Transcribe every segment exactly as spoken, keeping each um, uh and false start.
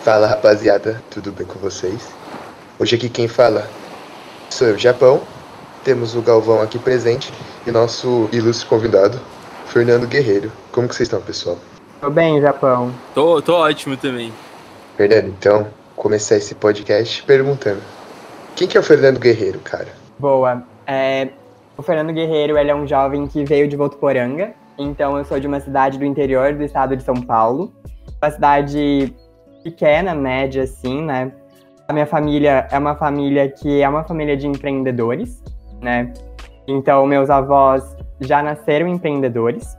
Fala rapaziada, tudo bem com vocês? Hoje aqui quem fala sou eu, Japão. Temos o Galvão aqui presente e nosso ilustre convidado, Fernando Guerreiro. Como que vocês estão, pessoal? Tô bem, Japão. Tô, tô ótimo também. Fernando, então, começar esse podcast perguntando: quem que é o Fernando Guerreiro, cara? Boa. É, o Fernando Guerreiro, ele é um jovem que veio de Votuporanga. Então, eu sou de uma cidade do interior do estado de São Paulo. Uma cidade pequena, média, assim, né? A minha família é uma família que é uma família de empreendedores, né? Então, meus avós já nasceram empreendedores.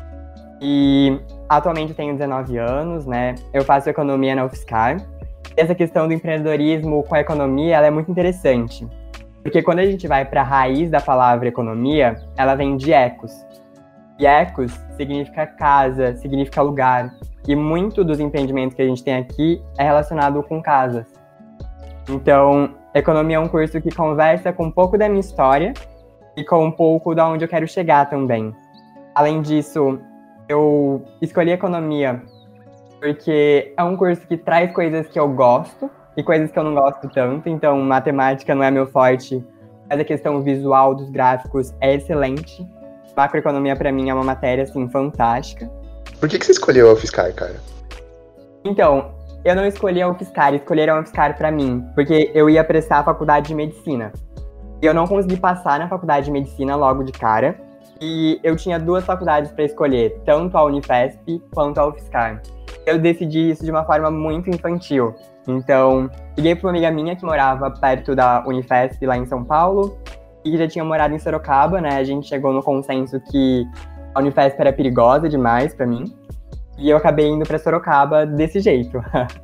E atualmente eu tenho dezenove anos, né? Eu faço economia na UFSCar. Essa questão do empreendedorismo com a economia, ela é muito interessante. Porque quando a gente vai para a raiz da palavra economia, ela vem de ecos. E ecos significa casa, significa lugar. E muito dos empreendimentos que a gente tem aqui é relacionado com casas. Então, economia é um curso que conversa com um pouco da minha história e com um pouco de onde eu quero chegar também. Além disso, eu escolhi economia porque é um curso que traz coisas que eu gosto e coisas que eu não gosto tanto. Então, matemática não é meu forte, mas a questão visual dos gráficos é excelente. Macroeconomia, para mim, é uma matéria, assim, fantástica. Por que que você escolheu a UFSCar, cara? Então, eu não escolhi a UFSCar, escolheram a UFSCar para mim, porque eu ia prestar a faculdade de medicina. E eu não consegui passar na faculdade de medicina logo de cara. E eu tinha duas faculdades para escolher, tanto a Unifesp quanto a UFSCar. Eu decidi isso de uma forma muito infantil. Então, liguei para uma amiga minha que morava perto da Unifesp, lá em São Paulo, e que já tinha morado em Sorocaba, né? A gente chegou no consenso que a Unifesp era perigosa demais para mim, e eu acabei indo para Sorocaba desse jeito.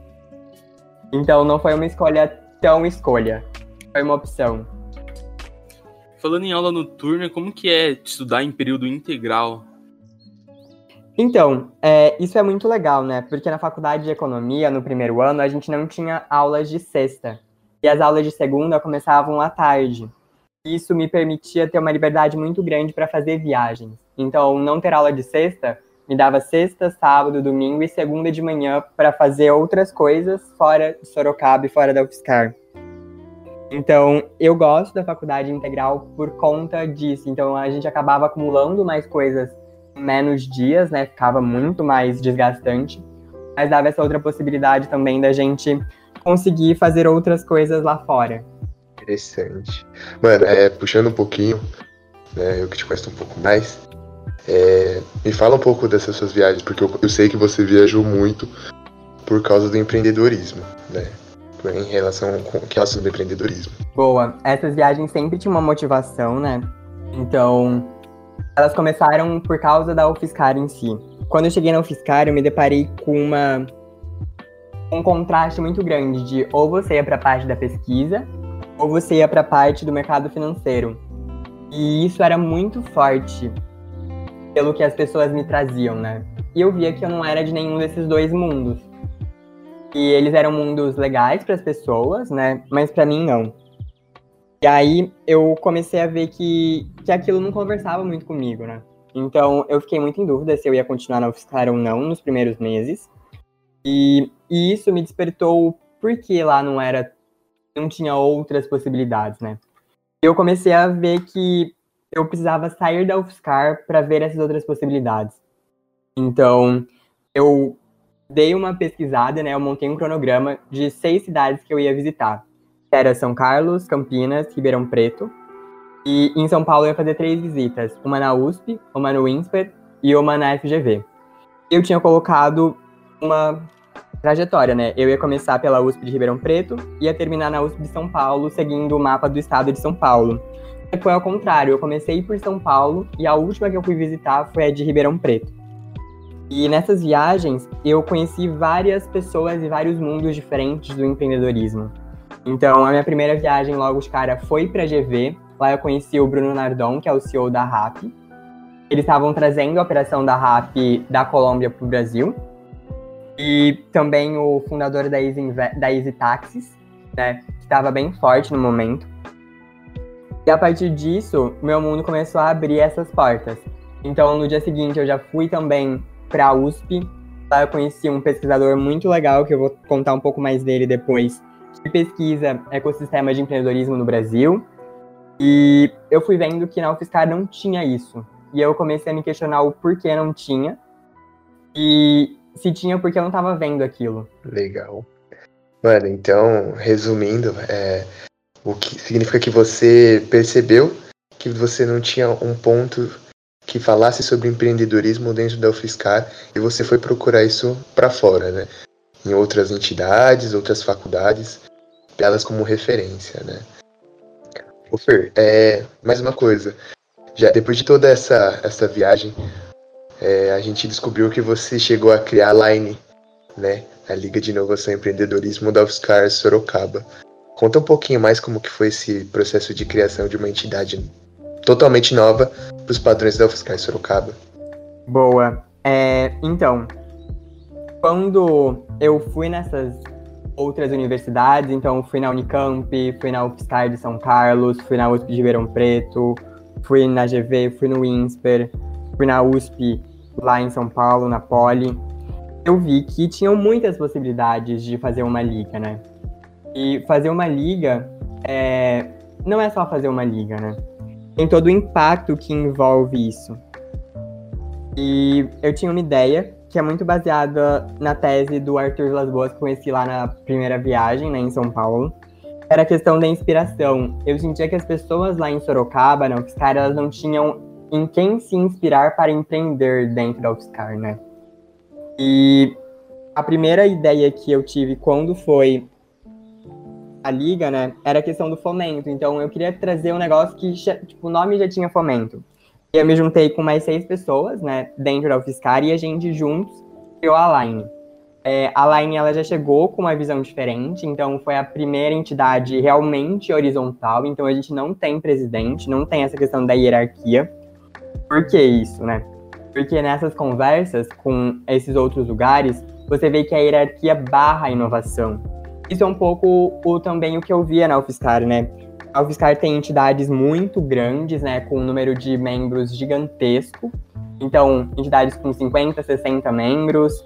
Então, não foi uma escolha tão escolha, foi uma opção. Falando em aula noturna, como que é estudar em período integral? Então, é, isso é muito legal, né? Porque na faculdade de economia, no primeiro ano, a gente não tinha aulas de sexta. E as aulas de segunda começavam à tarde. Isso me permitia ter uma liberdade muito grande para fazer viagens. Então, não ter aula de sexta me dava sexta, sábado, domingo e segunda de manhã para fazer outras coisas fora de Sorocaba e fora da UFSCar. Então, eu gosto da faculdade integral por conta disso. Então, a gente acabava acumulando mais coisas em menos dias, né? Ficava muito mais desgastante. Mas dava essa outra possibilidade também da gente conseguir fazer outras coisas lá fora. Interessante. Mano, é, puxando um pouquinho, né, eu que te conheço um pouco mais, é, me fala um pouco dessas suas viagens, porque eu, eu sei que você viajou muito por causa do empreendedorismo, né? Em relação com que é sobre empreendedorismo. Boa. Essas viagens sempre tinham uma motivação, né? Então, elas começaram por causa da UFSCar em si. Quando eu cheguei na UFSCar, eu me deparei com uma, um contraste muito grande de ou você ia para a parte da pesquisa, ou você ia para a parte do mercado financeiro. E isso era muito forte pelo que as pessoas me traziam, né? E eu via que eu não era de nenhum desses dois mundos. E eles eram mundos legais para as pessoas, né? Mas para mim, não. E aí, eu comecei a ver que, que aquilo não conversava muito comigo, né? Então, eu fiquei muito em dúvida se eu ia continuar na UFSCar ou não nos primeiros meses. E, e isso me despertou porque lá não era... não tinha outras possibilidades, né? Eu comecei a ver que eu precisava sair da UFSCar para ver essas outras possibilidades. Então, eu dei uma pesquisada, né? Eu montei um cronograma de seis cidades que eu ia visitar. Era São Carlos, Campinas, Ribeirão Preto. E em São Paulo eu ia fazer três visitas. Uma na U S P, uma no INSPER e uma na F G V. Eu tinha colocado uma trajetória, né? Eu ia começar pela U S P de Ribeirão Preto e ia terminar na U S P de São Paulo, seguindo o mapa do estado de São Paulo. Foi ao contrário, eu comecei por São Paulo e a última que eu fui visitar foi a de Ribeirão Preto. E nessas viagens, eu conheci várias pessoas e vários mundos diferentes do empreendedorismo. Então, a minha primeira viagem logo de cara foi para a G V. Lá eu conheci o Bruno Nardon, que é o C E O da Rappi. Eles estavam trazendo a operação da Rappi da Colômbia para o Brasil. E também o fundador da Easy, da Easy Taxis, né, que estava bem forte no momento. E a partir disso, meu mundo começou a abrir essas portas. Então, no dia seguinte, eu já fui também para a U S P, Lá eu conheci um pesquisador muito legal, que eu vou contar um pouco mais dele depois, que pesquisa ecossistema de empreendedorismo no Brasil. E eu fui vendo que na UFSCar não tinha isso. E eu comecei a me questionar o porquê não tinha. E se tinha, porque eu não estava vendo aquilo. Legal. Mano, então, resumindo, é, o que significa que você percebeu que você não tinha um ponto que falasse sobre empreendedorismo dentro da UFSCar e você foi procurar isso para fora, né? Em outras entidades, outras faculdades, elas como referência, né? Ô Fer, é, mais uma coisa. Já depois de toda essa, essa viagem, é, a gente descobriu que você chegou a criar a Line, né? A Liga de Inovação e Empreendedorismo da UFSCar Sorocaba. Conta um pouquinho mais como que foi esse processo de criação de uma entidade totalmente nova para os padrões da UFSCar Sorocaba. Boa. É, então, quando eu fui nessas outras universidades, então fui na Unicamp, fui na UFSCar de São Carlos, fui na U S P de Ribeirão Preto, fui na G V, fui no INSPER, fui na U S P lá em São Paulo, na Poli. Eu vi que tinham muitas possibilidades de fazer uma liga, né? E fazer uma liga é... não é só fazer uma liga, né? Tem todo o impacto que envolve isso. E eu tinha uma ideia que é muito baseada na tese do Arthur Vilas Boas, que eu conheci lá na primeira viagem, né, em São Paulo. Era a questão da inspiração. Eu sentia que as pessoas lá em Sorocaba, na UFSCar, elas não tinham em quem se inspirar para empreender dentro da UFSCar, né? E a primeira ideia que eu tive quando foi a liga, né, era a questão do fomento. Então eu queria trazer um negócio que, tipo, o nome já tinha fomento. E eu me juntei com mais seis pessoas, né, dentro da UFSCar, e a gente juntos criou a Line. É, a Line, ela já chegou com uma visão diferente, então foi a primeira entidade realmente horizontal, então a gente não tem presidente, não tem essa questão da hierarquia. Por que isso, né? Porque nessas conversas com esses outros lugares, você vê que a hierarquia barra a inovação. Isso é um pouco o, também o que eu via na UFSCar, né? A UFSCar tem entidades muito grandes, né? Com um número de membros gigantesco. Então, entidades com cinquenta, sessenta membros,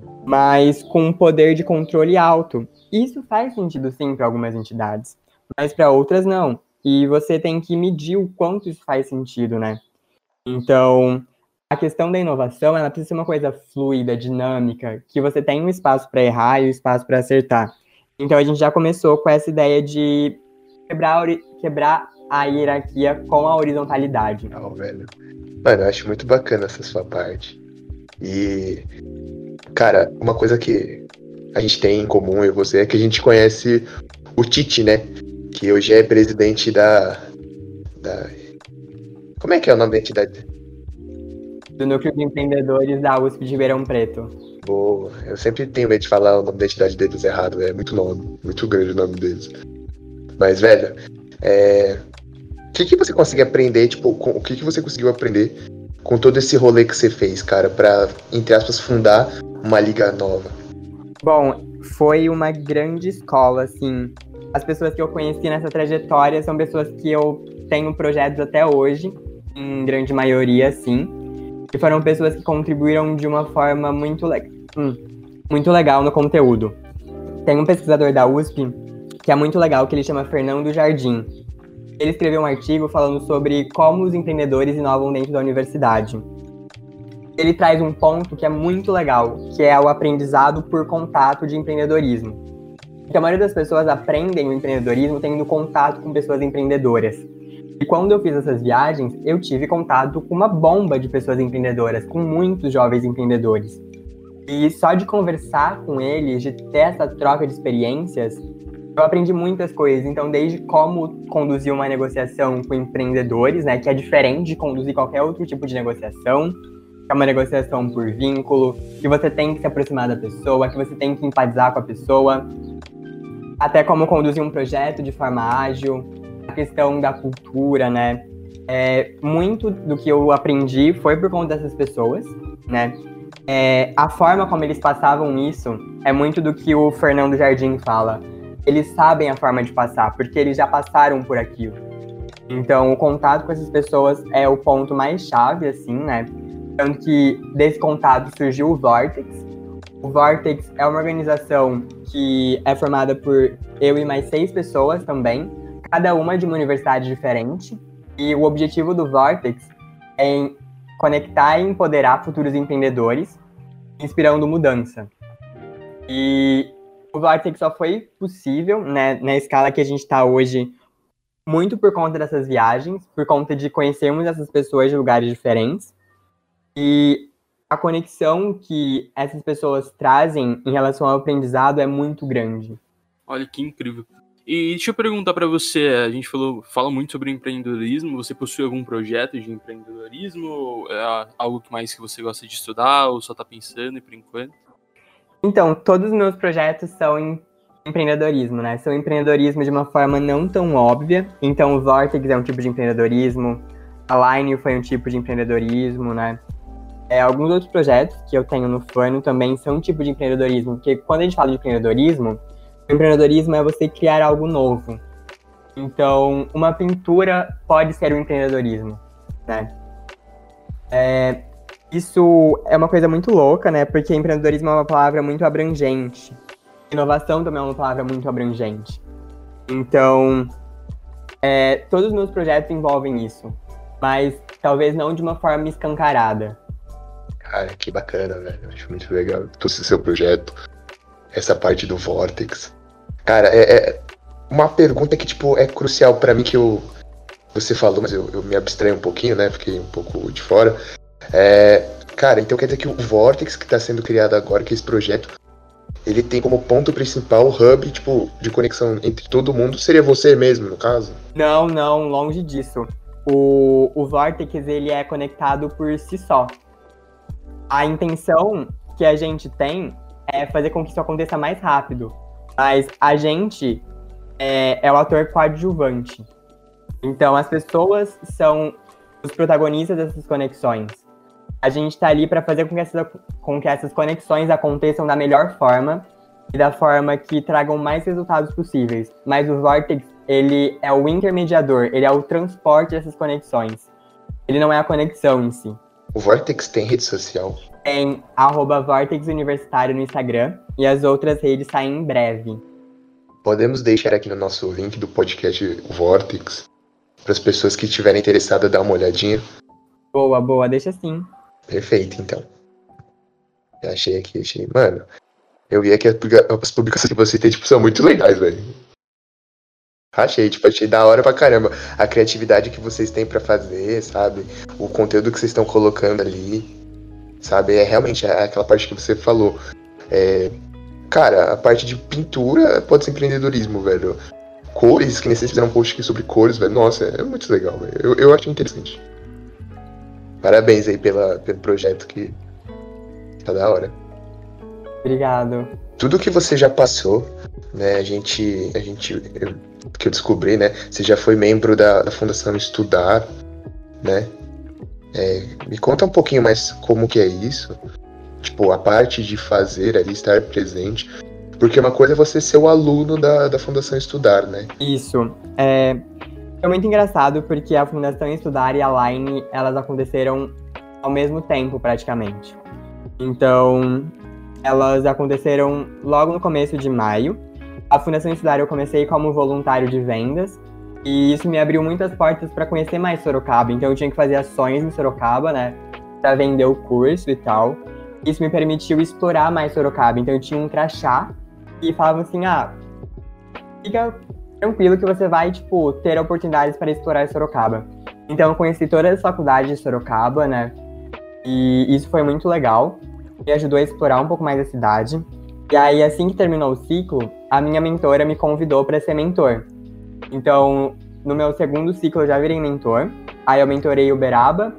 mas com um poder de controle alto. Isso faz sentido, sim, para algumas entidades, mas para outras não. E você tem que medir o quanto isso faz sentido, né? Então, a questão da inovação, ela precisa ser uma coisa fluida, dinâmica, que você tem um espaço para errar e um espaço para acertar. Então, a gente já começou com essa ideia de quebrar, quebrar a hierarquia com a horizontalidade. Não, velho. Mano, eu acho muito bacana essa sua parte. E, cara, uma coisa que a gente tem em comum, eu e você, é que a gente conhece o Tite, né? Que hoje é presidente da... da... Como é que é o nome da entidade? Do Núcleo de Empreendedores da U S P de Ribeirão Preto. Boa. Eu sempre tenho medo de falar o nome da entidade deles errado, é muito nome, muito grande o nome deles. Mas, velho, é... o que, que você consegue aprender, tipo, com... o que, que você conseguiu aprender com todo esse rolê que você fez, cara, pra, entre aspas, fundar uma liga nova? Bom, foi uma grande escola, assim. As pessoas que eu conheci nessa trajetória são pessoas que eu tenho projetos até hoje, em grande maioria, sim. E foram pessoas que contribuíram de uma forma muito, le- hum, muito legal no conteúdo. Tem um pesquisador da U S P que é muito legal, que ele chama Fernando Jardim. Ele escreveu um artigo falando sobre como os empreendedores inovam dentro da universidade. Ele traz um ponto que é muito legal, que é o aprendizado por contato de empreendedorismo. Então, a maioria das pessoas aprendem o empreendedorismo tendo contato com pessoas empreendedoras. E quando eu fiz essas viagens, eu tive contato com uma bomba de pessoas empreendedoras, com muitos jovens empreendedores. E só de conversar com eles, de ter essa troca de experiências, eu aprendi muitas coisas. Então, desde como conduzir uma negociação com empreendedores, né, que é diferente de conduzir qualquer outro tipo de negociação, que é uma negociação por vínculo, que você tem que se aproximar da pessoa, que você tem que empatizar com a pessoa, até como conduzir um projeto de forma ágil, a questão da cultura, né? É, muito do que eu aprendi foi por conta dessas pessoas, né? É, a forma como eles passavam isso é muito do que o Fernando Jardim fala. Eles sabem a forma de passar, porque eles já passaram por aquilo. Então, o contato com essas pessoas é o ponto mais chave, assim, né? Tanto que desse contato surgiu o Vortex. O Vortex é uma organização que é formada por eu e mais seis pessoas também, cada uma de uma universidade diferente. E o objetivo do Vortex é em conectar e empoderar futuros empreendedores, inspirando mudança. E o Vortex só foi possível, né, na escala que a gente está hoje, muito por conta dessas viagens, por conta de conhecermos essas pessoas de lugares diferentes. E a conexão que essas pessoas trazem em relação ao aprendizado é muito grande. Olha que incrível. E deixa eu perguntar para você, a gente falou, fala muito sobre empreendedorismo, você possui algum projeto de empreendedorismo? Ou é algo que mais que você gosta de estudar ou só tá pensando por enquanto? Então, todos os meus projetos são em empreendedorismo, né? São empreendedorismo de uma forma não tão óbvia. Então, o Vortex é um tipo de empreendedorismo, a Line foi um tipo de empreendedorismo, né? É, alguns outros projetos que eu tenho no Furno também são um tipo de empreendedorismo, porque quando a gente fala de empreendedorismo, o empreendedorismo é você criar algo novo. Então, uma pintura pode ser um empreendedorismo, né? É, isso é uma coisa muito louca, né? Porque empreendedorismo é uma palavra muito abrangente. Inovação também é uma palavra muito abrangente. Então, é, todos os meus projetos envolvem isso, mas talvez não de uma forma escancarada. Cara, que bacana, velho. Eu acho muito legal todo esse seu projeto. Essa parte do Vortex. Cara, é, é uma pergunta que, tipo, é crucial pra mim, que eu, você falou, mas eu, eu me abstraí um pouquinho, né? Fiquei um pouco de fora. É, cara, então quer dizer que o Vortex que tá sendo criado agora, que esse projeto, ele tem como ponto principal o hub, tipo, de conexão entre todo mundo. Seria você mesmo, no caso? Não, não, longe disso. O, o Vortex, ele é conectado por si só. A intenção que a gente tem é fazer com que isso aconteça mais rápido. Mas a gente é, é o ator coadjuvante. Então, as pessoas são os protagonistas dessas conexões. A gente está ali para fazer com que, essas, com que essas conexões aconteçam da melhor forma e da forma que tragam mais resultados possíveis. Mas o Vortex, ele é o intermediador, ele é o transporte dessas conexões. Ele não é a conexão em si. O Vortex tem rede social? Tem arroba Vortex Universitário no Instagram e as outras redes saem em breve. Podemos deixar aqui no nosso link do podcast Vortex para as pessoas que estiverem interessadas a dar uma olhadinha. Boa, boa, deixa sim. Perfeito, então. Eu achei aqui, achei. Mano, eu vi aqui as publicações que você tem, tipo, são muito legais, velho. Achei, tipo, achei da hora pra caramba. A criatividade que vocês têm pra fazer, sabe? O conteúdo que vocês estão colocando ali, sabe? É realmente aquela parte que você falou. É, cara, a parte de pintura pode ser empreendedorismo, velho. Cores, que nem vocês fizeram um post aqui sobre cores, velho. Nossa, é muito legal, velho. Eu, eu acho interessante. Parabéns aí pela, pelo projeto que tá da hora. Obrigado. Tudo que você já passou, né, a gente, a gente eu, que eu descobri, né, você já foi membro da, da Fundação Estudar, né, é, me conta um pouquinho mais como que é isso, tipo, a parte de fazer ali, estar presente, porque uma coisa é você ser o aluno da, da Fundação Estudar, né. Isso, é, é muito engraçado porque a Fundação Estudar e a Line, elas aconteceram ao mesmo tempo, praticamente. Então, elas aconteceram logo no começo de maio. A Fundação Estudar eu comecei como voluntário de vendas, e isso me abriu muitas portas para conhecer mais Sorocaba. Então eu tinha que fazer ações em Sorocaba, né, para vender o curso e tal. Isso me permitiu explorar mais Sorocaba. Então eu tinha um crachá e falavam assim, ah, fica tranquilo que você vai, tipo, ter oportunidades para explorar Sorocaba. Então eu conheci todas as faculdades de Sorocaba, né, e isso foi muito legal. Me ajudou a explorar um pouco mais a cidade. E aí, assim que terminou o ciclo, a minha mentora me convidou para ser mentor. Então, no meu segundo ciclo, eu já virei mentor. Aí eu mentorei Uberaba,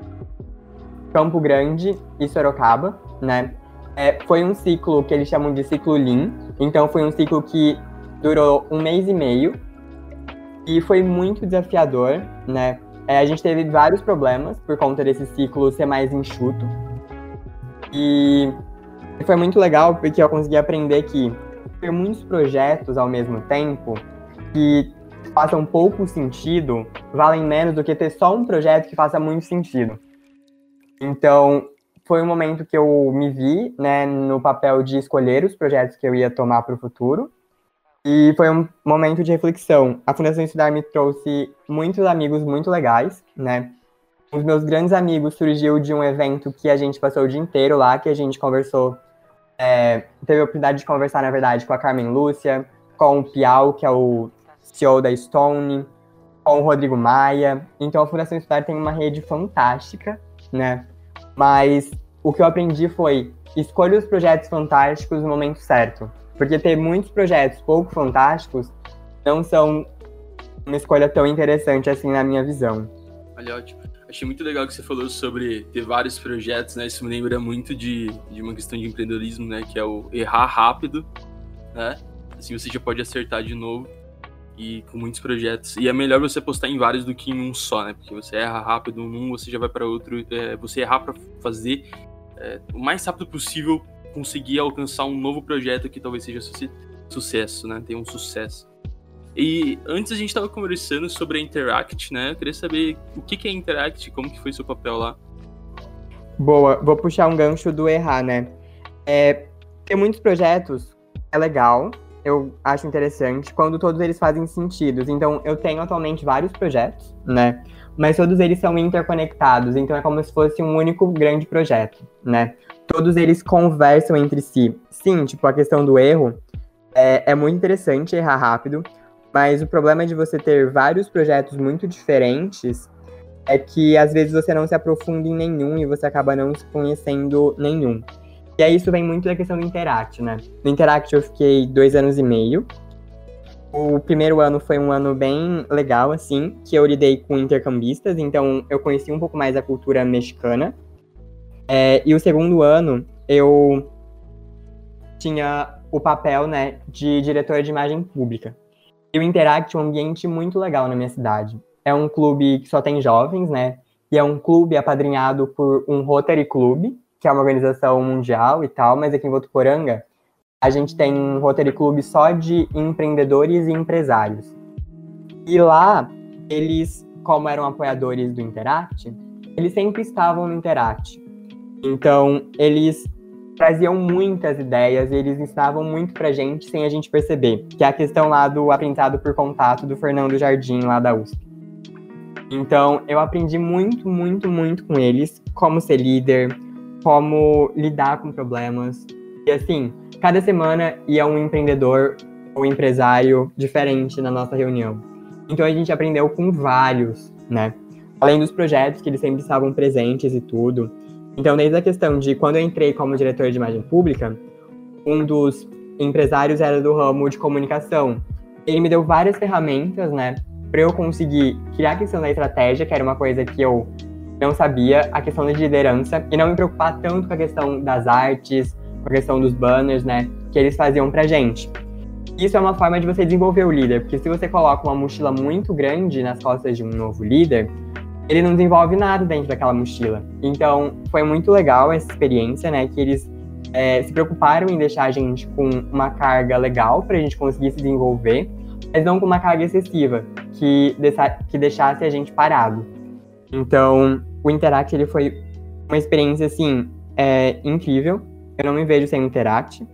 Campo Grande e Sorocaba, né? É, foi um ciclo que eles chamam de ciclo Lean. Então, foi um ciclo que durou um mês e meio. E foi muito desafiador, né? É, a gente teve vários problemas por conta desse ciclo ser mais enxuto. E foi muito legal porque eu consegui aprender que ter muitos projetos ao mesmo tempo que façam pouco sentido valem menos do que ter só um projeto que faça muito sentido. Então, foi um momento que eu me vi, né, no papel de escolher os projetos que eu ia tomar para o futuro. E foi um momento de reflexão. A Fundação Estudar me trouxe muitos amigos muito legais, né? Os meus grandes amigos surgiu de um evento que a gente passou o dia inteiro lá, que a gente conversou, é, teve a oportunidade de conversar, na verdade, com a Carmen Lúcia, com o Piau, que é o C E O da Stone, com o Rodrigo Maia. Então a Fundação Estudar tem uma rede fantástica, né? Mas o que eu aprendi foi, escolha os projetos fantásticos no momento certo. Porque ter muitos projetos pouco fantásticos não são uma escolha tão interessante assim na minha visão. Olha, ótimo. Achei muito legal que você falou sobre ter vários projetos, né? Isso me lembra muito de, de uma questão de empreendedorismo, né? Que é o errar rápido, né? Assim você já pode acertar de novo e com muitos projetos. E é melhor você apostar em vários do que em um só, né? Porque você erra rápido num, você já vai para outro. É, você errar para fazer é, o mais rápido possível conseguir alcançar um novo projeto que talvez seja su- sucesso, né? Tenha um sucesso. E antes a gente estava conversando sobre a Interact, né? Eu queria saber o que, que é a Interact, como que foi seu papel lá. Boa, vou puxar um gancho do errar, né? É, ter muitos projetos é legal, eu acho interessante, quando todos eles fazem sentido. Então, eu tenho atualmente vários projetos, né? Mas todos eles são interconectados, então é como se fosse um único grande projeto, né? Todos eles conversam entre si. Sim, tipo, a questão do erro é, é muito interessante errar rápido, mas o problema de você ter vários projetos muito diferentes é que às vezes você não se aprofunda em nenhum e você acaba não se conhecendo nenhum. E aí isso vem muito da questão do Interact, né? No Interact eu fiquei dois anos e meio. O primeiro ano foi um ano bem legal, assim, que eu lidei com intercambistas, então eu conheci um pouco mais a cultura mexicana. É, e o segundo ano, eu tinha o papel, né, de diretor de imagem pública. E o Interact é um ambiente muito legal na minha cidade. É um clube que só tem jovens, né, e é um clube apadrinhado por um Rotary Club, que é uma organização mundial e tal, mas aqui em Votuporanga, a gente tem um Rotary Club só de empreendedores e empresários. E lá, eles, como eram apoiadores do Interact, eles sempre estavam no Interact. Então, eles traziam muitas ideias e eles ensinavam muito pra gente sem a gente perceber, que é a questão lá do aprendizado por contato do Fernando Jardim, lá da U S P. Então, eu aprendi muito, muito, muito com eles, como ser líder, como lidar com problemas. E assim, cada semana ia um empreendedor ou empresário diferente na nossa reunião. Então, a gente aprendeu com vários, né? Além dos projetos que eles sempre estavam presentes e tudo. Então, desde a questão de quando eu entrei como diretor de imagem pública, um dos empresários era do ramo de comunicação. Ele me deu várias ferramentas, né, para eu conseguir criar a questão da estratégia, que era uma coisa que eu não sabia, a questão de liderança, e não me preocupar tanto com a questão das artes, com a questão dos banners, né, que eles faziam pra gente. Isso é uma forma de você desenvolver o líder, porque se você coloca uma mochila muito grande nas costas de um novo líder, ele não desenvolve nada dentro daquela mochila. Então, foi muito legal essa experiência, né? Que eles é, se preocuparam em deixar a gente com uma carga legal pra gente conseguir se desenvolver, mas não com uma carga excessiva, que, deixa, que deixasse a gente parado. Então, o Interact, ele foi uma experiência, assim, é, incrível. Eu não me vejo sem o Interact.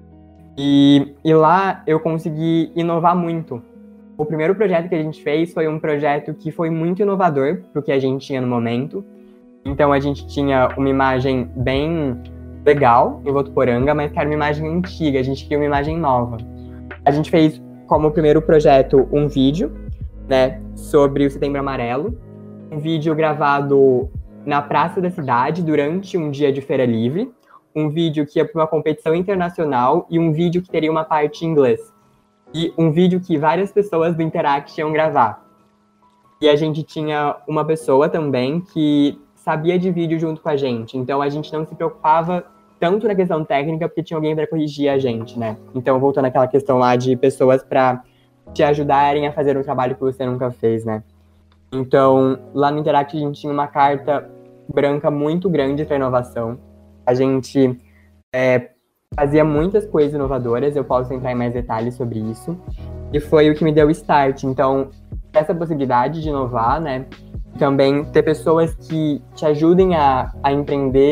E, e lá eu consegui inovar muito. O primeiro projeto que a gente fez foi um projeto que foi muito inovador pro que a gente tinha no momento. Então a gente tinha uma imagem bem legal em Votuporanga, mas que era uma imagem antiga, a gente queria uma imagem nova. A gente fez como primeiro projeto um vídeo, né, sobre o Setembro Amarelo, um vídeo gravado na praça da cidade durante um dia de feira livre, um vídeo que ia para uma competição internacional e um vídeo que teria uma parte em inglês. E um vídeo que várias pessoas do Interact iam gravar. E a gente tinha uma pessoa também que sabia de vídeo junto com a gente. Então a gente não se preocupava tanto na questão técnica, porque tinha alguém para corrigir a gente, né? Então, voltando àquela questão lá de pessoas para te ajudarem a fazer um trabalho que você nunca fez, né? Então, lá no Interact a gente tinha uma carta branca muito grande para inovação. A gente é, fazia muitas coisas inovadoras, eu posso entrar em mais detalhes sobre isso. E foi o que me deu o start. Então, essa possibilidade de inovar, né? Também ter pessoas que te ajudem a, a empreender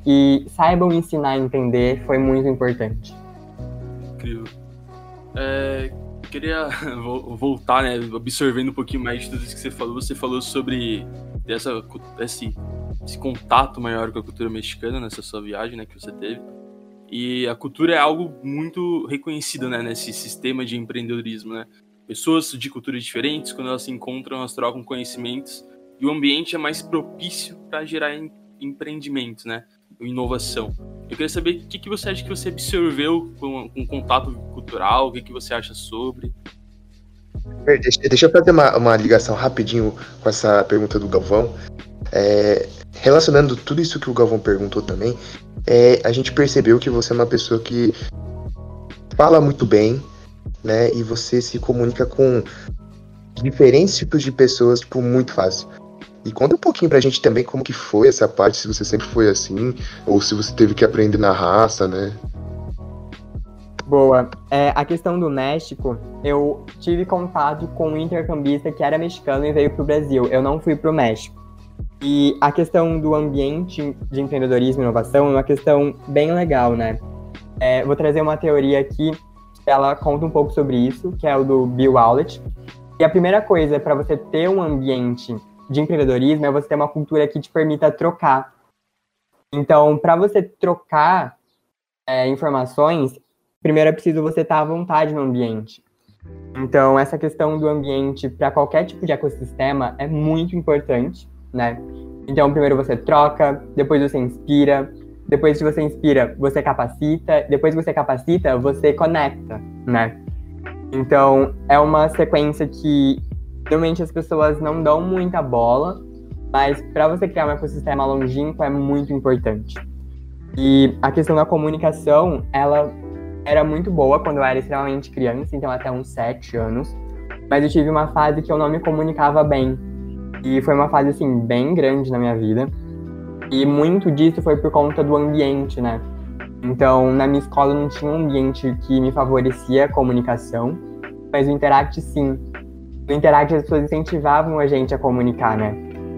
e saibam ensinar a entender foi muito importante. Incrível. É, queria voltar, né, absorvendo um pouquinho mais de tudo isso que você falou. Você falou sobre essa, esse, esse contato maior com a cultura mexicana nessa sua viagem, né, que você teve. E a cultura é algo muito reconhecido, né, nesse sistema de empreendedorismo, né? Pessoas de culturas diferentes, quando elas se encontram, elas trocam conhecimentos e o ambiente é mais propício para gerar em, empreendimentos, né? Inovação. Eu queria saber o que, que você acha que você absorveu com, com contato cultural, o que, que você acha sobre. Deixa, deixa eu fazer uma, uma ligação rapidinho com essa pergunta do Galvão. É, relacionando tudo isso que o Galvão perguntou também, é, a gente percebeu que você é uma pessoa que fala muito bem, né? E você se comunica com diferentes tipos de pessoas, tipo, muito fácil. E conta um pouquinho pra gente também como que foi essa parte, se você sempre foi assim, ou se você teve que aprender na raça, né? Boa. É, a questão do México, eu tive contato com um intercambista que era mexicano e veio pro Brasil. Eu não fui pro México. E a questão do ambiente de empreendedorismo e inovação é uma questão bem legal, né? É, vou trazer uma teoria aqui, ela conta um pouco sobre isso, que é o do Bill Hewlett. E a primeira coisa para você ter um ambiente de empreendedorismo é você ter uma cultura que te permita trocar. Então, para você trocar é, informações, primeiro é preciso você estar à vontade no ambiente. Então, essa questão do ambiente para qualquer tipo de ecossistema é muito importante, né? Então, primeiro você troca, depois você inspira, depois que você inspira, você capacita, depois que você capacita, você conecta, né? Então, é uma sequência que normalmente as pessoas não dão muita bola, mas para você criar um ecossistema longínquo é muito importante. E a questão da comunicação, ela era muito boa quando eu era extremamente criança, então até uns sete anos, mas eu tive uma fase que eu não me comunicava bem. E foi uma fase, assim, bem grande na minha vida. E muito disso foi por conta do ambiente, né? Então, na minha escola não tinha um ambiente que me favorecia a comunicação, mas o Interact, sim. No Interact, as pessoas incentivavam a gente a comunicar, né?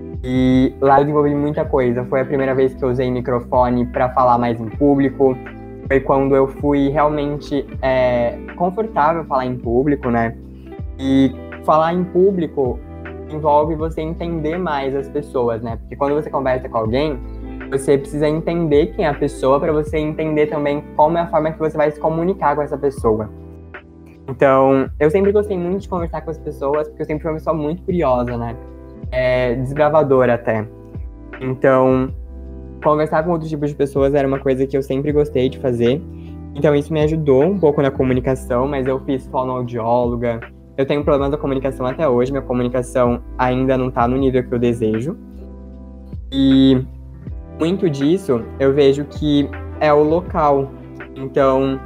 E lá eu desenvolvi muita coisa. Foi a primeira vez que eu usei microfone para falar mais em público. Foi quando eu fui realmente é, confortável falar em público, né? E falar em público envolve você entender mais as pessoas, né? Porque quando você conversa com alguém, você precisa entender quem é a pessoa para você entender também como é a forma que você vai se comunicar com essa pessoa. Então, eu sempre gostei muito de conversar com as pessoas, porque eu sempre fui uma pessoa muito curiosa, né? É, desbravadora até. Então, conversar com outros tipos de pessoas era uma coisa que eu sempre gostei de fazer. Então, isso me ajudou um pouco na comunicação, mas eu fiz fonoaudióloga. Eu tenho problemas da comunicação até hoje, minha comunicação ainda não tá no nível que eu desejo. E muito disso eu vejo que é o local. Então,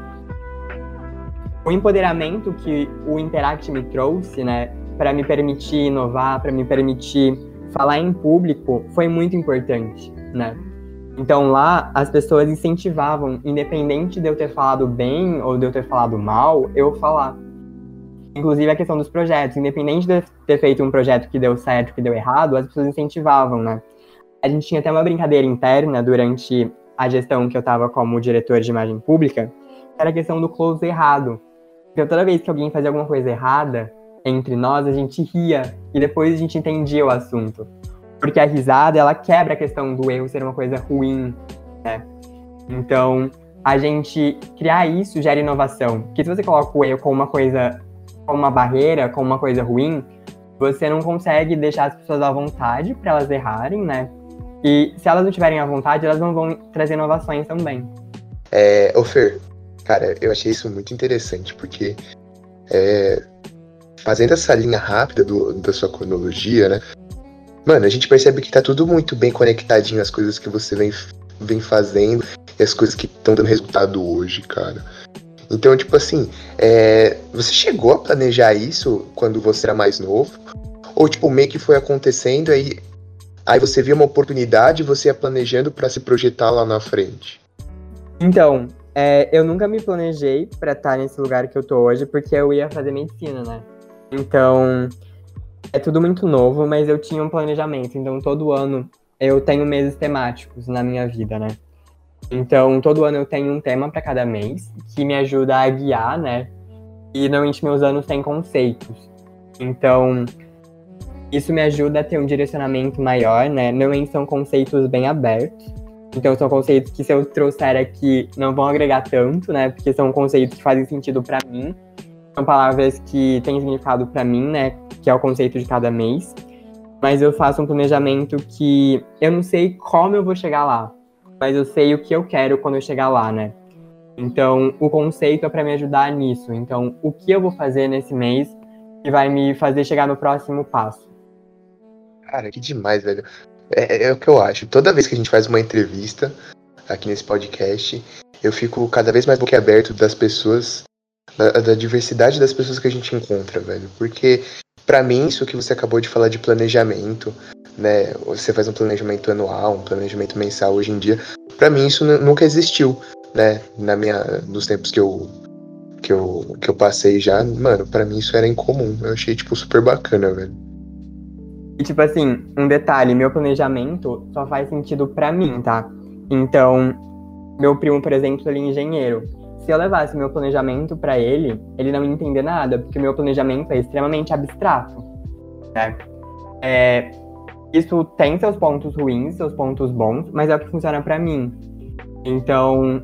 o empoderamento que o Interact me trouxe, né, para me permitir inovar, para me permitir falar em público, foi muito importante, né? Então lá as pessoas incentivavam, independente de eu ter falado bem ou de eu ter falado mal, eu falar. Inclusive a questão dos projetos, independente de ter feito um projeto que deu certo, que deu errado, as pessoas incentivavam, né? A gente tinha até uma brincadeira interna durante a gestão que eu estava como diretor de imagem pública, que era a questão do close errado. Então toda vez que alguém fazia alguma coisa errada entre nós, a gente ria e depois a gente entendia o assunto. Porque a risada, ela quebra a questão do erro ser uma coisa ruim, né? Então, a gente criar isso gera inovação. Porque se você coloca o erro como uma coisa, como uma barreira, como uma coisa ruim, você não consegue deixar as pessoas à vontade para elas errarem, né? E se elas não tiverem à vontade, elas não vão trazer inovações também. É, ô Fer, cara, eu achei isso muito interessante, porque é, fazendo essa linha rápida do, da sua cronologia, né? Mano, a gente percebe que tá tudo muito bem conectadinho, as coisas que você vem, vem fazendo e as coisas que estão dando resultado hoje, cara. Então, tipo assim, é, você chegou a planejar isso quando você era mais novo? Ou, tipo, meio que foi acontecendo, aí, aí você viu uma oportunidade e você ia planejando pra se projetar lá na frente? Então, é, eu nunca me planejei pra estar nesse lugar que eu tô hoje, porque eu ia fazer medicina, né? Então, é tudo muito novo, mas eu tinha um planejamento. Então, todo ano eu tenho meses temáticos na minha vida, né? Então, todo ano eu tenho um tema para cada mês, que me ajuda a guiar, né? E normalmente meus anos têm conceitos. Então, isso me ajuda a ter um direcionamento maior, né? Normalmente são conceitos bem abertos. Então, são conceitos que, se eu trouxer aqui, não vão agregar tanto, né? Porque são conceitos que fazem sentido para mim. São palavras que têm significado para mim, né? Que é o conceito de cada mês. Mas eu faço um planejamento que eu não sei como eu vou chegar lá, mas eu sei o que eu quero quando eu chegar lá, né? Então, o conceito é para me ajudar nisso. Então, o que eu vou fazer nesse mês que vai me fazer chegar no próximo passo. Cara, que demais, velho. É, é o que eu acho. Toda vez que a gente faz uma entrevista aqui nesse podcast, eu fico cada vez mais boquiaberto das pessoas, da, da diversidade das pessoas que a gente encontra, velho. Porque, pra mim, isso que você acabou de falar de planejamento, né? Você faz um planejamento anual, um planejamento mensal hoje em dia. Pra mim, isso n- nunca existiu, né? Na minha, nos tempos que eu, que eu, que eu passei já, mano, pra mim isso era incomum. Eu achei, tipo, super bacana, velho. E, tipo assim, um detalhe, meu planejamento só faz sentido pra mim, tá? Então, meu primo, por exemplo, ele é engenheiro. Se eu levasse meu planejamento pra ele, ele não ia entender nada, porque meu planejamento é extremamente abstrato, né? É, isso tem seus pontos ruins, seus pontos bons, mas é o que funciona pra mim. Então,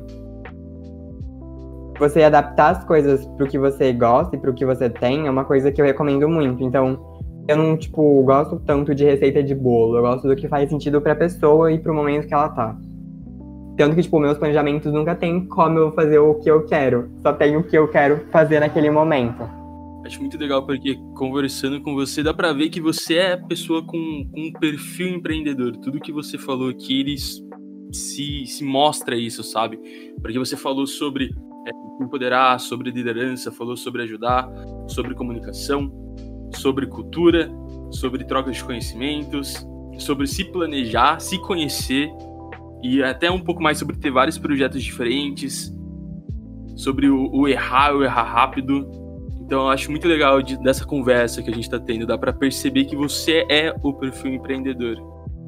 você adaptar as coisas pro que você gosta e pro que você tem é uma coisa que eu recomendo muito. Então, eu não, tipo, gosto tanto de receita de bolo. Eu gosto do que faz sentido pra pessoa e pro momento que ela tá. Tanto que, tipo, meus planejamentos nunca tem como eu fazer o que eu quero. Só tem o que eu quero fazer naquele momento. Acho muito legal porque, conversando com você, dá pra ver que você é pessoa com, com um perfil empreendedor. Tudo que você falou aqui, ele se, se mostra isso, sabe? Porque você falou sobre é, empoderar, sobre liderança, falou sobre ajudar, sobre comunicação, sobre cultura, sobre troca de conhecimentos, sobre se planejar, se conhecer e até um pouco mais sobre ter vários projetos diferentes, sobre o, o errar, o errar rápido. Então eu acho muito legal de, dessa conversa que a gente tá tendo, dá pra perceber que você é o perfil empreendedor.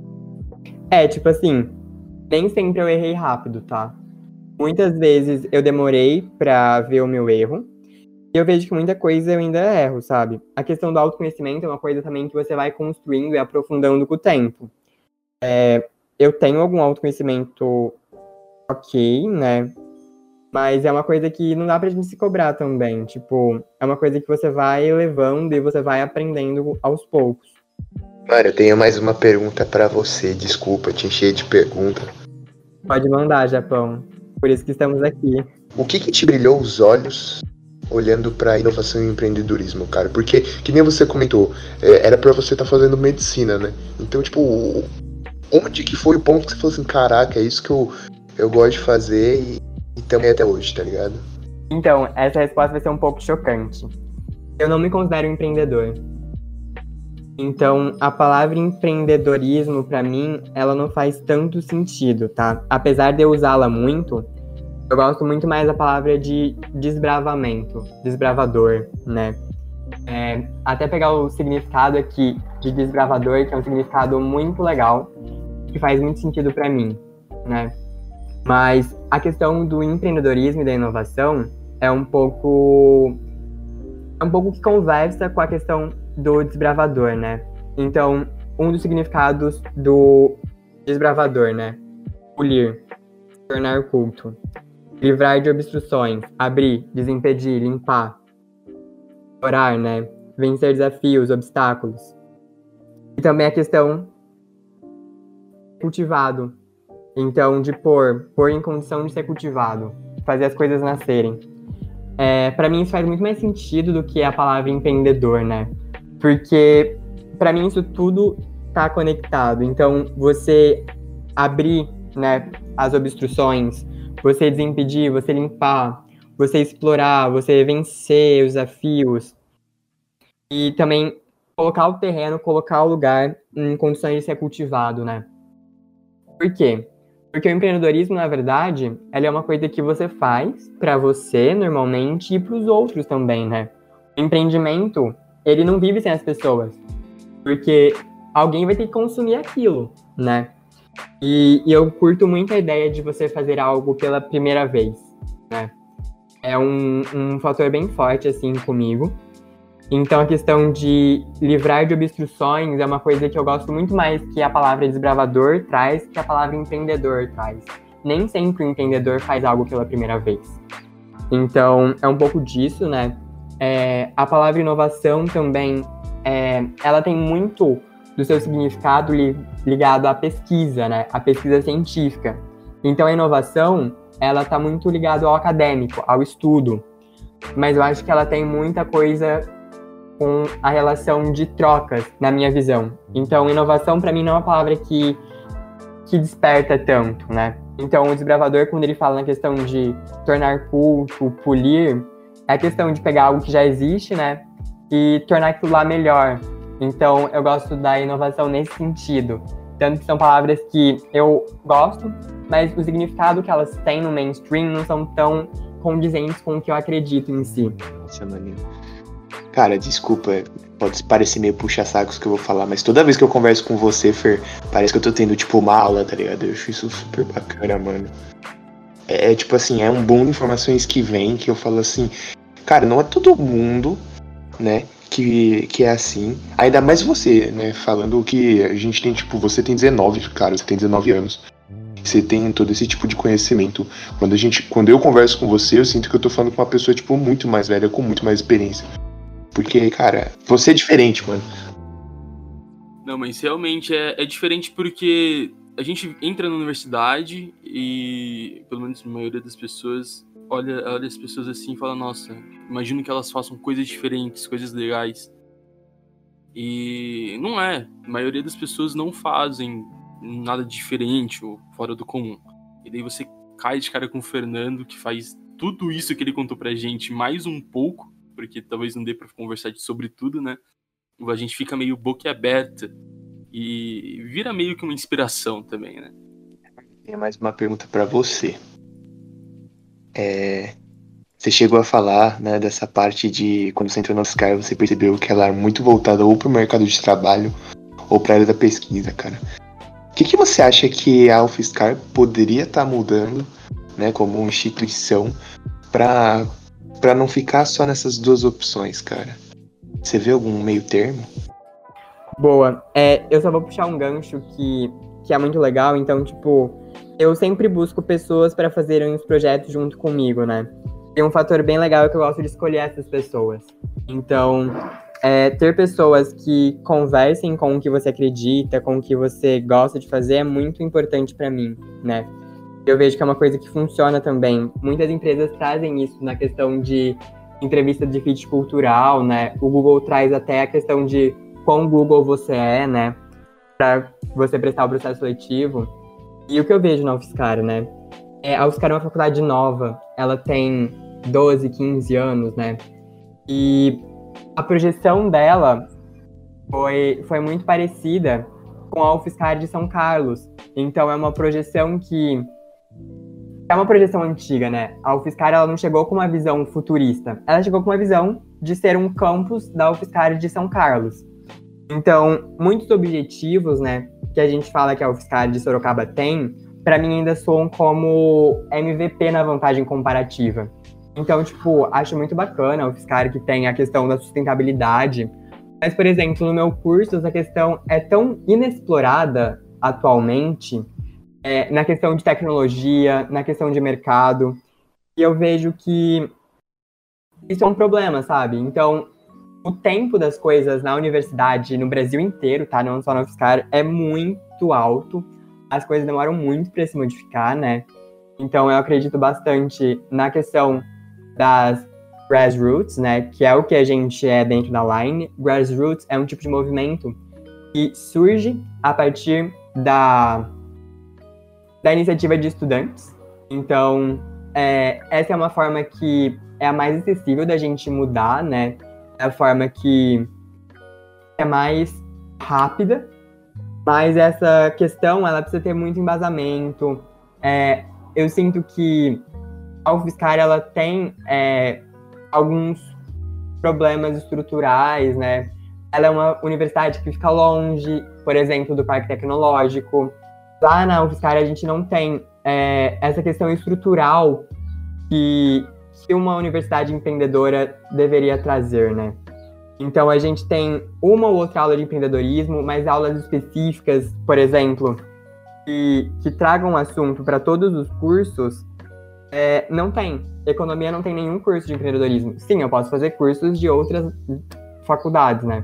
É, tipo assim, nem sempre eu errei rápido, tá? Muitas vezes eu demorei pra ver o meu erro. E eu vejo que muita coisa eu ainda erro, sabe? A questão do autoconhecimento é uma coisa também que você vai construindo e aprofundando com o tempo. É, eu tenho algum autoconhecimento ok, né? Mas é uma coisa que não dá pra gente se cobrar também. Tipo, é uma coisa que você vai levando e você vai aprendendo aos poucos. Mano, eu tenho mais uma pergunta pra você. Desculpa, te encher de pergunta. Pode mandar, Japão. Por isso que estamos aqui. O que que te brilhou os olhos olhando pra inovação e empreendedorismo, cara? Porque, que nem você comentou, é, era pra você estar fazendo medicina, né? Então, tipo, onde que foi o ponto que você falou assim, caraca, é isso que eu, eu gosto de fazer e, e também até hoje, tá ligado? Então, essa resposta vai ser um pouco chocante. Eu não me considero um empreendedor. Então, a palavra empreendedorismo, pra mim, ela não faz tanto sentido, tá? Apesar de eu usá-la muito, eu gosto muito mais da palavra de desbravamento, desbravador, né? É, até pegar o significado aqui de desbravador, que é um significado muito legal, que faz muito sentido pra mim, né? Mas a questão do empreendedorismo e da inovação é um pouco... é um pouco que conversa com a questão do desbravador, né? Então, um dos significados do desbravador, né? Polir, tornar culto, livrar de obstruções, abrir, desimpedir, limpar, orar, né? Vencer desafios, obstáculos. E também a questão cultivado. Então, de pôr, pôr em condição de ser cultivado, fazer as coisas nascerem. É, para mim isso faz muito mais sentido do que a palavra empreendedor, né? Porque para mim isso tudo tá conectado. Então, você abrir, né, as obstruções, você desimpedir, você limpar, você explorar, você vencer os desafios e também colocar o terreno, colocar o lugar em condições de ser cultivado, né? Por quê? Porque o empreendedorismo, na verdade, ela é uma coisa que você faz pra você, normalmente, e pros outros também, né? O empreendimento, ele não vive sem as pessoas. Porque alguém vai ter que consumir aquilo, né? E, e eu curto muito a ideia de você fazer algo pela primeira vez, né? É um, um fator bem forte, assim, comigo. Então, a questão de livrar de obstruções é uma coisa que eu gosto muito mais que a palavra desbravador traz, que a palavra empreendedor traz. Nem sempre o empreendedor faz algo pela primeira vez. Então, é um pouco disso, né? É, a palavra inovação também, é, ela tem muito do seu significado li, ligado à pesquisa, né? À pesquisa científica. Então, a inovação, ela está muito ligada ao acadêmico, ao estudo. Mas eu acho que ela tem muita coisa com a relação de trocas, na minha visão. Então, inovação, para mim, não é uma palavra que, que desperta tanto, né? Então, o desbravador, quando ele fala na questão de tornar culto, polir, é a questão de pegar algo que já existe, né? E tornar aquilo lá melhor. Então, eu gosto da inovação nesse sentido. Tanto que são palavras que eu gosto, mas o significado que elas têm no mainstream não são tão condizentes com o que eu acredito em si. Nossa, maneiro. Cara, desculpa, pode parecer meio puxa-sacos que eu vou falar, mas toda vez que eu converso com você, Fer, parece que eu tô tendo, tipo, uma aula, tá ligado? Eu acho isso super bacana, mano. É, é tipo assim, é um boom de informações que vem, que eu falo assim, cara, não é todo mundo, né, que, que é assim. Ainda mais você, né, falando que a gente tem, tipo, você tem dezenove, cara, você tem dezenove anos. Você tem todo esse tipo de conhecimento. Quando, a gente, quando eu converso com você, eu sinto que eu tô falando com uma pessoa, tipo, muito mais velha, com muito mais experiência. Porque, cara, você é diferente, mano. Não, mas realmente é, é diferente porque a gente entra na universidade e, pelo menos a maioria das pessoas, olha, olha as pessoas assim e fala, nossa, imagino que elas façam coisas diferentes, coisas legais. E não é. A maioria das pessoas não fazem nada diferente ou fora do comum. E daí você cai de cara com o Fernando, que faz tudo isso que ele contou pra gente, mais um pouco, porque talvez não dê pra conversar sobre tudo, né? A gente fica meio boquiaberta e vira meio que uma inspiração também, né? Tenho mais uma pergunta pra você. É... Você chegou a falar, né, dessa parte de quando você entrou na UFSCar, você percebeu que ela era muito voltada ou pro mercado de trabalho ou pra área da pesquisa, cara. O que, que você acha que a UFSCar poderia estar tá mudando, né, como uma instituição, pra... Pra não ficar só nessas duas opções, cara? Você vê algum meio termo? Boa. É, eu só vou puxar um gancho que, que é muito legal. Então, tipo, eu sempre busco pessoas para fazerem os projetos junto comigo, né? E um fator bem legal é que eu gosto de escolher essas pessoas. Então, é, ter pessoas que conversem com o que você acredita, com o que você gosta de fazer é muito importante para mim, né? Eu vejo que é uma coisa que funciona também. Muitas empresas trazem isso na questão de entrevista de fit cultural, né? O Google traz até a questão de quão Google você é, né? Para você prestar o processo seletivo. E o que eu vejo na UFSCar, né? É, a UFSCar é uma faculdade nova. Ela tem doze, quinze anos, né? E a projeção dela foi, foi muito parecida com a UFSCar de São Carlos. Então, é uma projeção que... É uma projeção antiga, né? A UFSCar, ela não chegou com uma visão futurista. Ela chegou com uma visão de ser um campus da UFSCar de São Carlos. Então, muitos objetivos, né, que a gente fala que a UFSCar de Sorocaba tem, para mim ainda soam como M V P na vantagem comparativa. Então, tipo, acho muito bacana a UFSCar que tem a questão da sustentabilidade. Mas, por exemplo, no meu curso, essa questão é tão inexplorada atualmente, É, na questão de tecnologia, na questão de mercado, e eu vejo que isso é um problema, sabe? Então, o tempo das coisas na universidade, no Brasil inteiro, tá? Não só na UFSCar, é muito alto. As coisas demoram muito para se modificar, né? Então, eu acredito bastante na questão das grassroots, né? Que é o que a gente é dentro da Line. Grassroots é um tipo de movimento que surge a partir da... da iniciativa de estudantes. Então, é, essa é uma forma que é a mais acessível da gente mudar, né? É a forma que é mais rápida, mas essa questão, ela precisa ter muito embasamento. É, eu sinto que a UFSCar, ela tem é, alguns problemas estruturais, né? Ela é uma universidade que fica longe, por exemplo, do Parque Tecnológico. lá na UFSCar a gente não tem é, essa questão estrutural que, que uma universidade empreendedora deveria trazer, né? Então a gente tem uma ou outra aula de empreendedorismo, mas aulas específicas, por exemplo, que, que tragam assunto para todos os cursos, é, não tem. Economia não tem nenhum curso de empreendedorismo. Sim, eu posso fazer cursos de outras faculdades, né?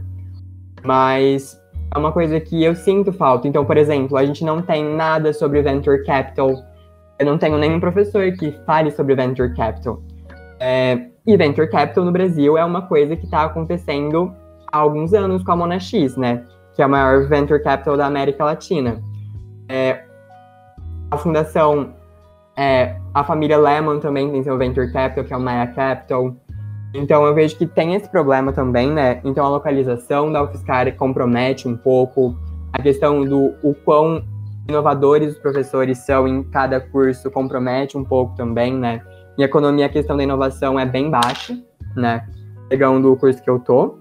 Mas é uma coisa que eu sinto falta. Então, por exemplo, a gente não tem nada sobre Venture Capital. Eu não tenho nenhum professor que fale sobre Venture Capital. É, e Venture Capital no Brasil é uma coisa que está acontecendo há alguns anos com a Monax, né? Que é a maior Venture Capital da América Latina. É, a fundação, é, a família Lehman também tem seu Venture Capital, que é o Maya Capital. Então eu vejo que tem esse problema também, né? Então a localização da UFSCar compromete um pouco, a questão do o quão inovadores os professores são em cada curso compromete um pouco também, né? Em economia a questão da inovação é bem baixa, né? Pegando o curso que eu tô.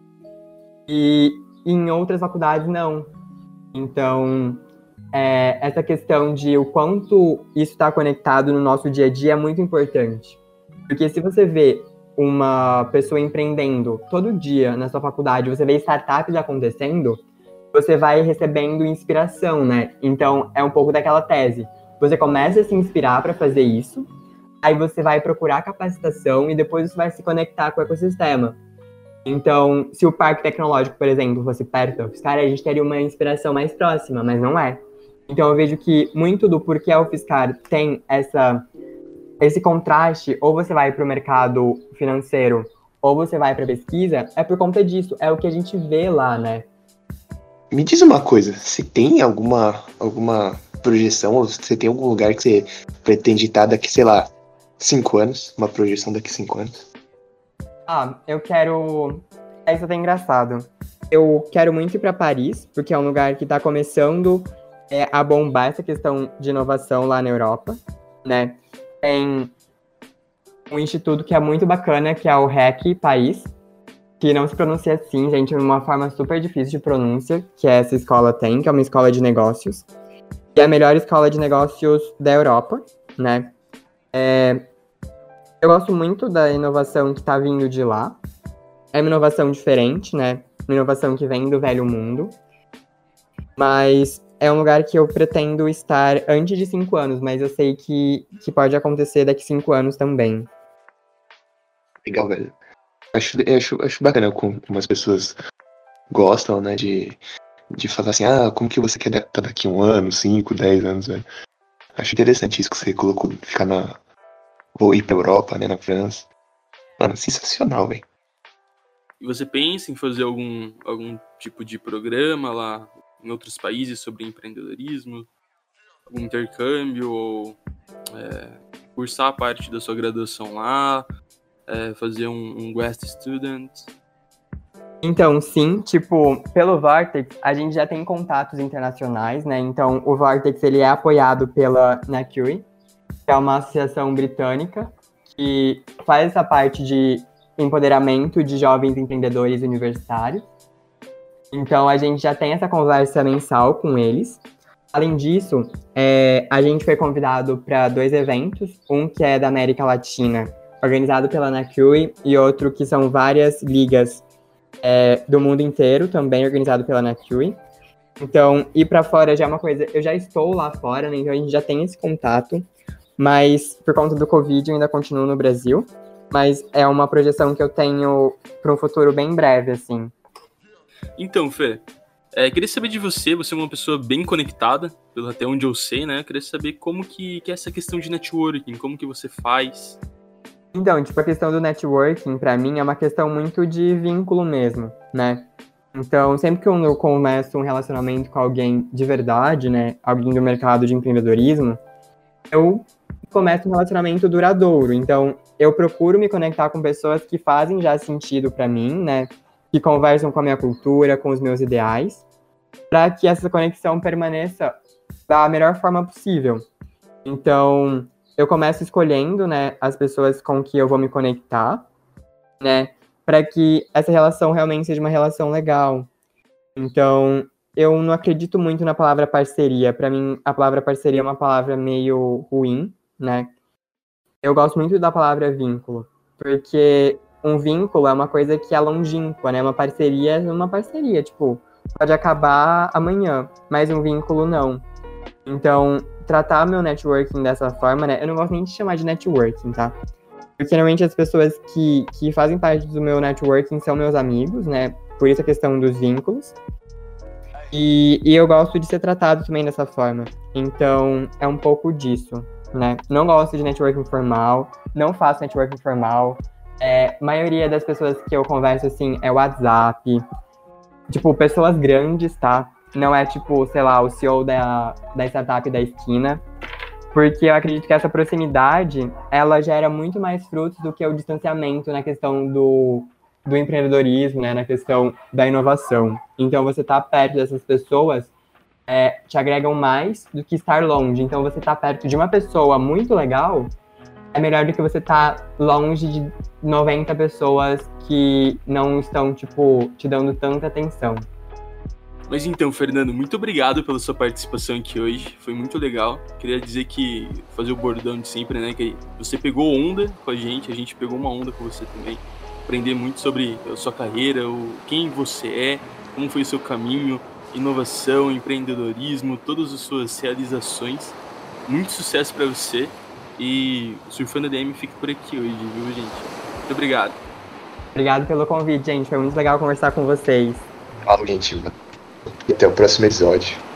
E em outras faculdades não. Então é, essa questão de o quanto isso está conectado no nosso dia a dia é muito importante. Porque se você vê uma pessoa empreendendo todo dia na sua faculdade, você vê startups acontecendo, você vai recebendo inspiração, né? Então, é um pouco daquela tese. Você começa a se inspirar para fazer isso, aí você vai procurar capacitação e depois você vai se conectar com o ecossistema. Então, se o parque tecnológico, por exemplo, fosse perto da UFSCar, a gente teria uma inspiração mais próxima, mas não é. Então, eu vejo que muito do porquê a UFSCar tem essa... esse contraste, ou você vai para o mercado financeiro, ou você vai para a pesquisa, é por conta disso, é o que a gente vê lá, né? Me diz uma coisa, você tem alguma, alguma projeção, ou você tem algum lugar que você pretende estar daqui, sei lá, cinco anos? Uma projeção daqui cinco anos? Ah, eu quero... É isso até engraçado. Eu quero muito ir para Paris, porque é um lugar que está começando é, a bombar essa questão de inovação lá na Europa, né? Tem um instituto que é muito bacana, que é o REC País, que não se pronuncia assim, gente, de uma forma super difícil de pronúncia, que essa escola tem, que é uma escola de negócios. E é a melhor escola de negócios da Europa, né? É, eu gosto muito da inovação que está vindo de lá. É uma inovação diferente, né? Uma inovação que vem do velho mundo. Mas é um lugar que eu pretendo estar antes de cinco anos, mas eu sei que, que pode acontecer daqui cinco anos também. Legal, velho. Acho, acho, acho bacana como as pessoas gostam, né, de, de falar assim, ah, como que você quer estar daqui um ano, cinco, dez anos, velho. Acho interessante isso que você colocou, ficar na... ou ir pra Europa, né, na França. Mano, sensacional, velho. E você pensa em fazer algum, algum tipo de programa lá em outros países sobre empreendedorismo, algum intercâmbio, ou é, cursar parte da sua graduação lá, é, fazer um, um guest student? Então, sim, tipo, pelo Vortex, a gente já tem contatos internacionais, né? Então, o Vortex, ele é apoiado pela NACUI, que é uma associação britânica que faz essa parte de empoderamento de jovens empreendedores universitários. Então, a gente já tem essa conversa mensal com eles. Além disso, é, a gente foi convidado para dois eventos, um que é da América Latina, organizado pela NACUI, e outro que são várias ligas é, do mundo inteiro, também organizado pela NACUI. Então, ir para fora já é uma coisa... Eu já estou lá fora, né? Então a gente já tem esse contato, mas por conta do Covid eu ainda continuo no Brasil. Mas é uma projeção que eu tenho para um futuro bem breve, assim. Então, Fê, é, queria saber de você, você é uma pessoa bem conectada, pelo até onde eu sei, né? Queria saber como que, que é essa questão de networking, como que você faz... Então, tipo, a questão do networking, pra mim, é uma questão muito de vínculo mesmo, né? Então, sempre que eu começo um relacionamento com alguém de verdade, né? Alguém do mercado de empreendedorismo, eu começo um relacionamento duradouro. Então, eu procuro me conectar com pessoas que fazem já sentido pra mim, né? Que conversam com a minha cultura, com os meus ideais, para que essa conexão permaneça da melhor forma possível. Então... eu começo escolhendo, né, as pessoas com que eu vou me conectar, né, para que essa relação realmente seja uma relação legal. Então, eu não acredito muito na palavra parceria. Pra mim, a palavra parceria é uma palavra meio ruim, né? Eu gosto muito da palavra vínculo, porque um vínculo é uma coisa que é longínqua, né? Uma parceria é uma parceria, tipo, pode acabar amanhã, mas um vínculo não. Então, tratar meu networking dessa forma, né? Eu não gosto nem de chamar de networking, tá? Porque normalmente as pessoas que, que fazem parte do meu networking são meus amigos, né? Por isso a questão dos vínculos. E, e eu gosto de ser tratado também dessa forma. Então, é um pouco disso, né? Não gosto de networking formal, não faço networking formal. É, a maioria das pessoas que eu converso, assim, é WhatsApp. Tipo, pessoas grandes, tá? Não é, tipo, sei lá, o C E O da, da startup da esquina. Porque eu acredito que essa proximidade, ela gera muito mais frutos do que o distanciamento na questão do, do empreendedorismo, né? Na questão da inovação. Então, você tá perto dessas pessoas é, te agregam mais do que estar longe. Então, você tá perto de uma pessoa muito legal é melhor do que você tá longe de noventa pessoas que não estão, tipo, te dando tanta atenção. Mas então, Fernando, muito obrigado pela sua participação aqui hoje, foi muito legal. Queria dizer que, fazer o bordão de sempre, né, que você pegou onda com a gente, a gente pegou uma onda com você também. Aprender muito sobre a sua carreira, o, quem você é, como foi o seu caminho, inovação, empreendedorismo, todas as suas realizações. Muito sucesso para você e o Surfando A D M fica por aqui hoje, viu, gente? Muito obrigado. Obrigado pelo convite, gente, foi muito legal conversar com vocês. Fala, gente. Até o próximo episódio.